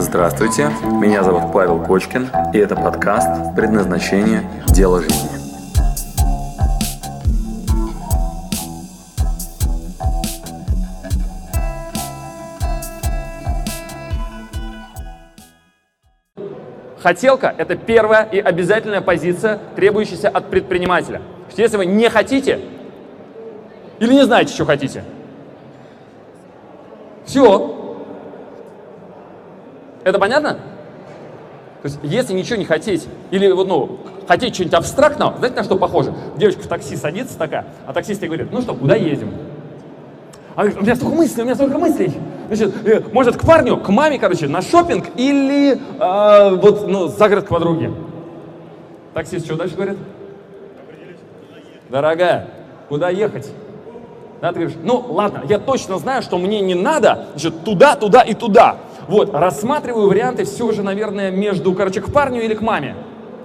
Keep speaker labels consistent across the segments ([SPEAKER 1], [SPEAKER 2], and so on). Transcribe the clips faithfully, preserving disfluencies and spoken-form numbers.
[SPEAKER 1] Здравствуйте, меня зовут Павел Кочкин, и это подкаст «Предназначение. Дело жизни».
[SPEAKER 2] Хотелка – это первая и обязательная позиция, требующаяся от предпринимателя. Если вы не хотите или не знаете, что хотите, все. Это понятно? То есть, если ничего не хотеть, или вот, ну, хотеть что-нибудь абстрактного, знаете, на что похоже? Девочка в такси садится такая, а таксист ей говорит: ну что, куда едем? Она говорит: у меня столько мыслей, у меня столько мыслей. Значит, может, к парню, к маме, короче, на шопинг или э, вот, ну, за город к подруге. Таксист что дальше говорит? Дорогая, куда ехать? Да, ты говоришь: ну, ладно, я точно знаю, что мне не надо, значит, туда, туда и туда. Вот, рассматриваю варианты все же, наверное, между, короче, к парню или к маме.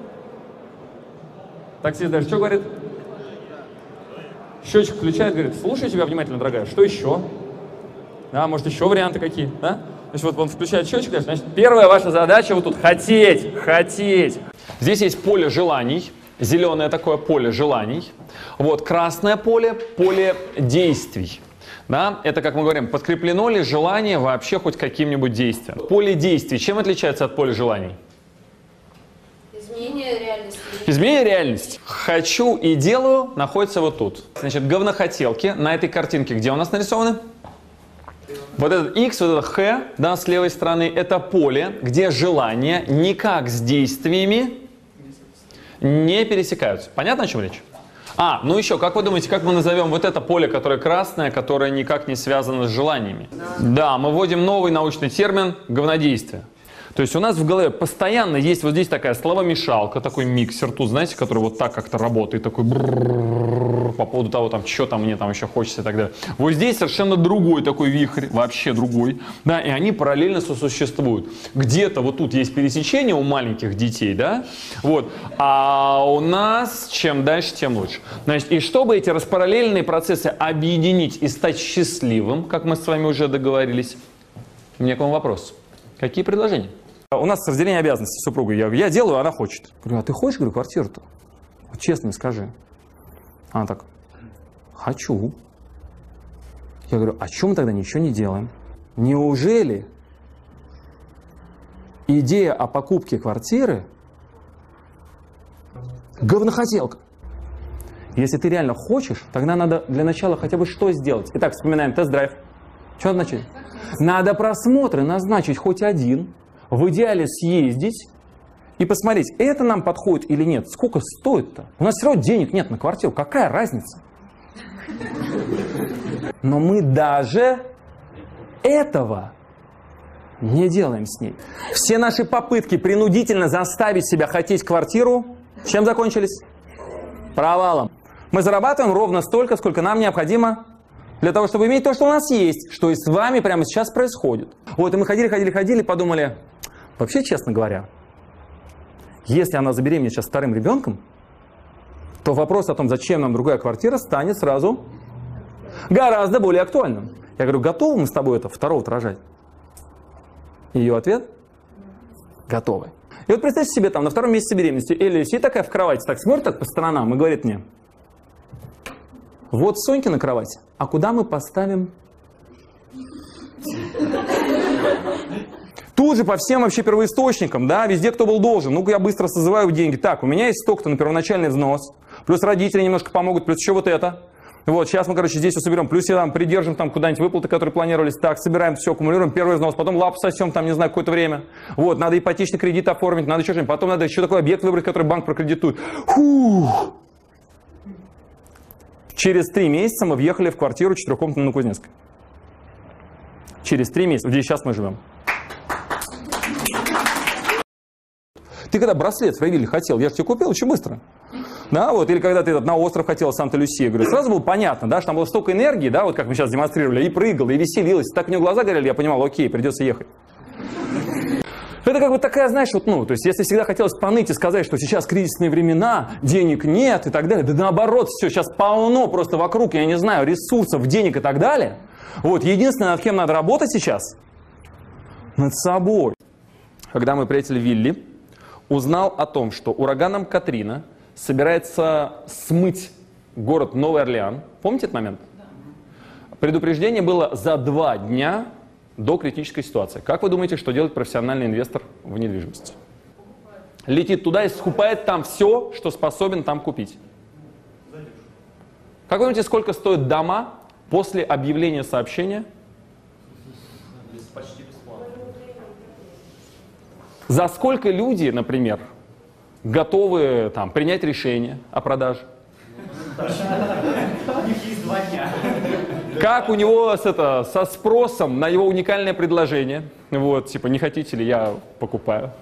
[SPEAKER 2] Таксист дальше что говорит? Счетчик включает, говорит: слушаю тебя внимательно, дорогая, что еще? Да, может, еще варианты какие, да? Значит, вот он включает счетчик, значит, первая ваша задача вот тут — хотеть, хотеть. Здесь есть поле желаний, зеленое такое поле желаний, вот, красное поле — поле действий. Да? Это, как мы говорим, подкреплено ли желание вообще хоть каким-нибудь действием. Поле действий чем отличается от поля желаний?
[SPEAKER 3] Изменение реальности.
[SPEAKER 2] Изменение реальности. Хочу и делаю находится вот тут. Значит, говнохотелки на этой картинке где у нас нарисованы? Вот этот X, вот этот Х, да, с левой стороны, это поле, где желания никак с действиями не пересекаются. Понятно, о чем речь? А, ну еще, как вы думаете, как мы назовем вот это поле, которое красное, которое никак не связано с желаниями? Да, мы вводим новый научный термин — говнодействие. То есть у нас в голове постоянно есть вот здесь такая словомешалка, такой миксер тут, знаете, который вот так как-то работает, такой по поводу того, там, что там мне там еще хочется и так далее. Вот здесь совершенно другой такой вихрь, вообще другой, да, и они параллельно сосуществуют. Где-то вот тут есть пересечение у маленьких детей, да, вот, а у нас чем дальше, тем лучше. Значит, и чтобы эти распараллельные процессы объединить и стать счастливым, как мы с вами уже договорились, у меня к вам вопрос. Какие предложения? У нас разделение обязанностей с супругой. Я, я делаю, она хочет. Говорю: а ты хочешь, говорю, квартиру-то? Вот честно мне скажи. Она так: хочу. Я говорю: а чем мы тогда ничего не делаем? Неужели идея о покупке квартиры говнохотелка? Если ты реально хочешь, тогда надо для начала хотя бы что сделать? Итак, вспоминаем тест-драйв. Что надо начать? Надо просмотры назначить хоть один, в идеале съездить и посмотреть, это нам подходит или нет. Сколько стоит-то? У нас все равно денег нет на квартиру, какая разница? Но мы даже этого не делаем с ней. Все наши попытки принудительно заставить себя хотеть квартиру, чем закончились? Провалом. Мы зарабатываем ровно столько, сколько нам необходимо для того, чтобы иметь то, что у нас есть, что и с вами прямо сейчас происходит. Вот, и мы ходили, ходили, ходили, подумали: вообще, честно говоря, если она забеременеет сейчас вторым ребенком, то вопрос о том, зачем нам другая квартира, станет сразу гораздо более актуальным. Я говорю: готовы мы с тобой это второго рожать? Ее ответ: готовы. И вот представьте себе, там на втором месяце беременности Элли сидит такая в кровати, так смотрит так по сторонам и говорит мне: вот Соньки на кровати, а куда мы поставим? Тут же по всем вообще первоисточникам, да, везде кто был должен. Ну-ка я быстро созываю деньги. Так, у меня есть столько-то на первоначальный взнос, плюс родители немножко помогут, плюс еще вот это. Вот, сейчас мы, короче, здесь все соберем, плюс я там придержим там куда-нибудь выплаты, которые планировались. Так, собираем все, аккумулируем первый взнос, потом лапу сосем там, не знаю, какое-то время. Вот, надо ипотечный кредит оформить, надо еще что-нибудь, потом надо еще такой объект выбрать, который банк прокредитует. Фух. Через три месяца мы въехали в квартиру четырехкомнатную на Кузнецкой. Через три месяца, где сейчас мы живем. Ты когда браслет в Ревилле хотел, я же тебе купил очень быстро. Да, вот, или когда ты этот, на остров хотел, Санта-Люсия, говорю, сразу было понятно, да, что там было столько энергии, да, вот как мы сейчас демонстрировали, и прыгала, и веселилась, так у нее глаза горели, я понимал: окей, придется ехать. Это как бы такая, знаешь, вот, ну, то есть, если всегда хотелось поныть и сказать, что сейчас кризисные времена, денег нет и так далее, да наоборот, все, сейчас полно просто вокруг, я не знаю, ресурсов, денег и так далее. Вот, единственное, над кем надо работать сейчас, над собой. когда мой приятель Вилли узнал о том, что ураганом Катрина собирается смыть город Новый Орлеан. Помните этот момент? Да. Предупреждение было за два дня до критической ситуации. Как вы думаете, что делает профессиональный инвестор в недвижимости? Летит туда и скупает там все, что способен там купить. Как вы думаете, сколько стоят дома после объявления сообщения?
[SPEAKER 3] Почти бесплатно.
[SPEAKER 2] За сколько люди, например, готовы там, принять решение о продаже?
[SPEAKER 3] У них есть два дня.
[SPEAKER 2] Как у него с, это, со спросом на его уникальное предложение? Вот, типа, не хотите ли, я покупаю.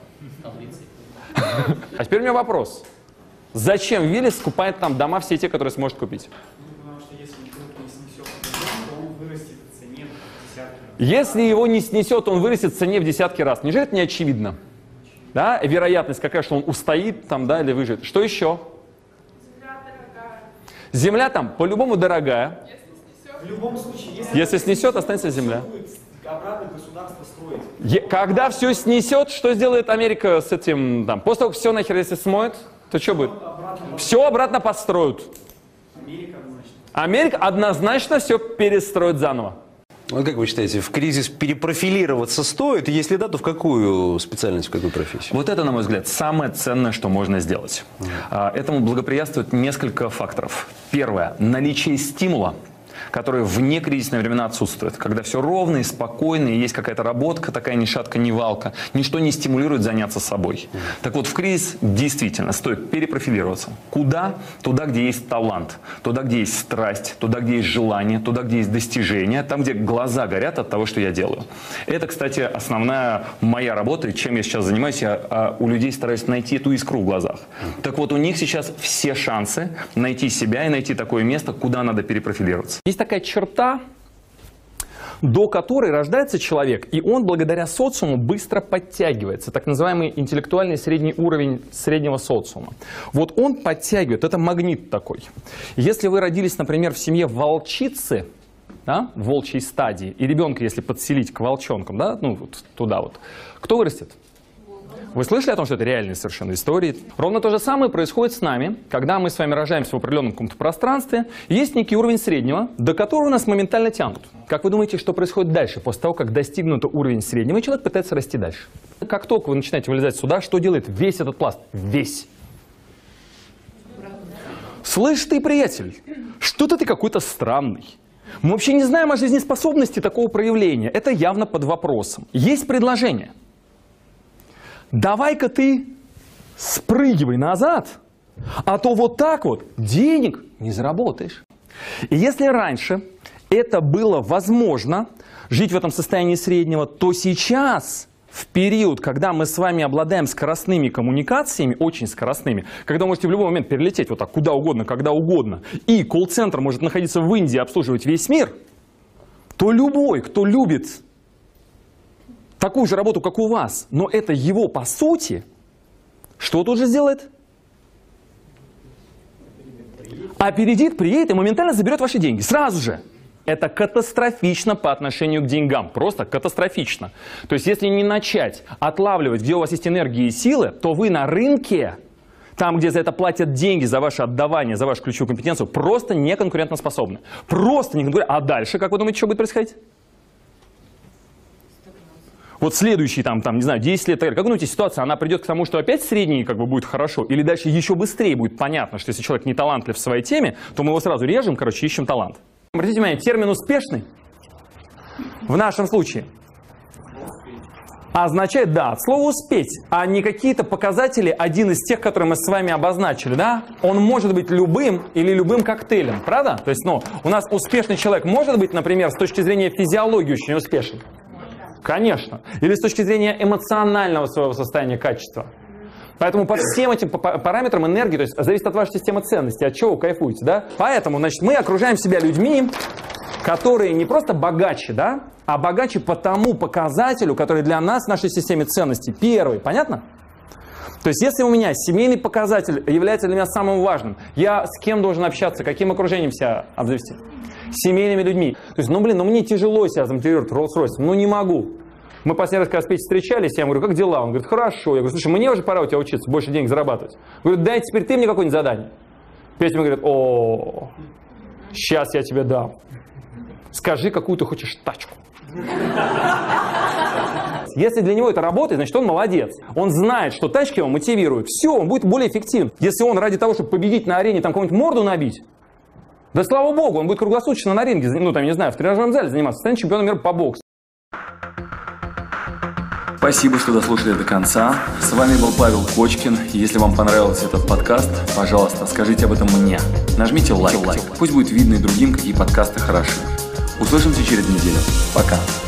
[SPEAKER 2] А теперь у меня вопрос. Зачем Вилли скупает там дома все те, которые сможет купить?
[SPEAKER 3] Потому что если человек не снесет, то он вырастет в цене в десятки раз.
[SPEAKER 2] Если его не снесет, он вырастет в цене в десятки раз. Неужели это не очевидно? Да? Вероятность какая, что он устоит там, да, или выживет. Что еще?
[SPEAKER 4] Земля дорогая.
[SPEAKER 2] Земля там по-любому дорогая.
[SPEAKER 4] Если снесет.
[SPEAKER 3] В любом случае, если,
[SPEAKER 2] Если снесет, останется земля.
[SPEAKER 3] будет обратно государство строить.
[SPEAKER 2] Е- когда все снесет, что сделает Америка с этим? Там? После того, как все нахер если смоет, то что будет? Все обратно построят.
[SPEAKER 3] Америка, значит.
[SPEAKER 2] Америка однозначно все перестроит заново.
[SPEAKER 5] Ну, как вы считаете, в кризис перепрофилироваться стоит? И если да, то в какую специальность, в какую профессию?
[SPEAKER 1] Вот это, на мой взгляд, самое ценное, что можно сделать. А, Этому благоприятствует несколько факторов. Первое. Наличие стимула, который в некризисные времена отсутствует. Когда все ровно и спокойно, и есть какая-то работка, такая ни шатка, ни валка. Ничто не стимулирует заняться собой. Так вот, в кризис действительно стоит перепрофилироваться. Куда? Туда, где есть талант, туда, где есть страсть, туда, где есть желание, туда, где есть достижения, там, где глаза горят от того, что я делаю. Это, кстати, основная моя работа, и чем я сейчас занимаюсь. Я а, у людей стараюсь найти эту искру в глазах. Так вот, у них сейчас все шансы найти себя и найти такое место, куда надо перепрофилироваться.
[SPEAKER 2] Есть такая черта, до которой рождается человек, и он благодаря социуму быстро подтягивается. Так называемый интеллектуальный средний уровень среднего социума. Вот он подтягивает, это магнит такой. Если вы родились, например, в семье волчицы, да, в волчьей стадии, и ребенка, если подселить к волчонкам, да, ну вот туда вот, кто вырастет? Вы слышали о том, что это реальные совершенно истории? Ровно то же самое происходит с нами, когда мы с вами рождаемся в определенном каком-то пространстве. Есть некий уровень среднего, до которого нас моментально тянут. Как вы думаете, что происходит дальше, после того, как достигнут уровень среднего, и человек пытается расти дальше? Как только вы начинаете вылезать сюда, что делает весь этот пласт? Весь. Слышь ты, приятель, что-то ты какой-то странный. Мы вообще не знаем о жизнеспособности такого проявления. Это явно под вопросом. Есть предложение. Давай-ка ты спрыгивай назад, а то вот так вот денег не заработаешь. И если раньше это было возможно, жить в этом состоянии среднего, то сейчас, в период, когда мы с вами обладаем скоростными коммуникациями, очень скоростными, когда вы можете в любой момент перелететь вот так куда угодно, когда угодно, и колл-центр может находиться в Индии и обслуживать весь мир, то любой, кто любит такую же работу, как у вас, но это его по сути, что тут же сделает? Опередит, приедет и моментально заберет ваши деньги. Сразу же. Это катастрофично по отношению к деньгам. Просто катастрофично. То есть, если не начать отлавливать, где у вас есть энергия и силы, то вы на рынке, там, где за это платят деньги, за ваше отдавание, за вашу ключевую компетенцию, просто не конкурентоспособны. Просто не конкурентоспособны. А дальше, как вы думаете, что будет происходить? Вот следующие, там, там, не знаю, десять лет, как вы думаете, ситуация, она придет к тому, что опять средний как бы будет хорошо, или дальше еще быстрее будет понятно, что если человек не талантлив в своей теме, то мы его сразу режем, короче, ищем талант. Обратите внимание, термин «успешный» в нашем случае означает, да, от слова «успеть», а не какие-то показатели, один из тех, которые мы с вами обозначили, да, он может быть любым или любым коктейлем, правда? То есть, ну, у нас успешный человек может быть, например, с точки зрения физиологии очень успешным. Конечно. Или с точки зрения эмоционального своего состояния, качества. Поэтому по всем этим параметрам энергии, то есть зависит от вашей системы ценностей, от чего вы кайфуете, да? Поэтому, значит, мы окружаем себя людьми, которые не просто богаче, да, а богаче по тому показателю, который для нас в нашей системе ценностей первый. Понятно? То есть, если у меня семейный показатель является для меня самым важным, я с кем должен общаться, каким окружением себя обзавести? С семейными людьми. То есть, ну блин, ну мне тяжело себя замотивировать Rolls-Royce, ну не могу.
[SPEAKER 6] Мы последний раз, когда с Петей встречались, я ему говорю, как дела? Он говорит, хорошо. Я говорю, слушай, мне уже пора у тебя учиться, больше денег зарабатывать. Говорю, дай теперь ты мне какое-нибудь задание. Петя мне говорит, о, сейчас я тебе дам. Скажи, какую ты хочешь тачку. Если для него это работает, значит он молодец. Он знает, что тачки его мотивируют. Все, он будет более эффективен. Если он ради того, чтобы победить на арене, там кому-нибудь морду набить, да слава богу, он будет круглосуточно на ринге, ну там, не знаю, в тренажерном зале заниматься, станет чемпионом мира по боксу.
[SPEAKER 1] Спасибо, что дослушали до конца. С вами был Павел Кочкин. Если вам понравился этот подкаст, пожалуйста, скажите об этом мне. Нажмите лайк. Пусть будет видно и другим, какие подкасты хороши. Услышимся через неделю. Пока.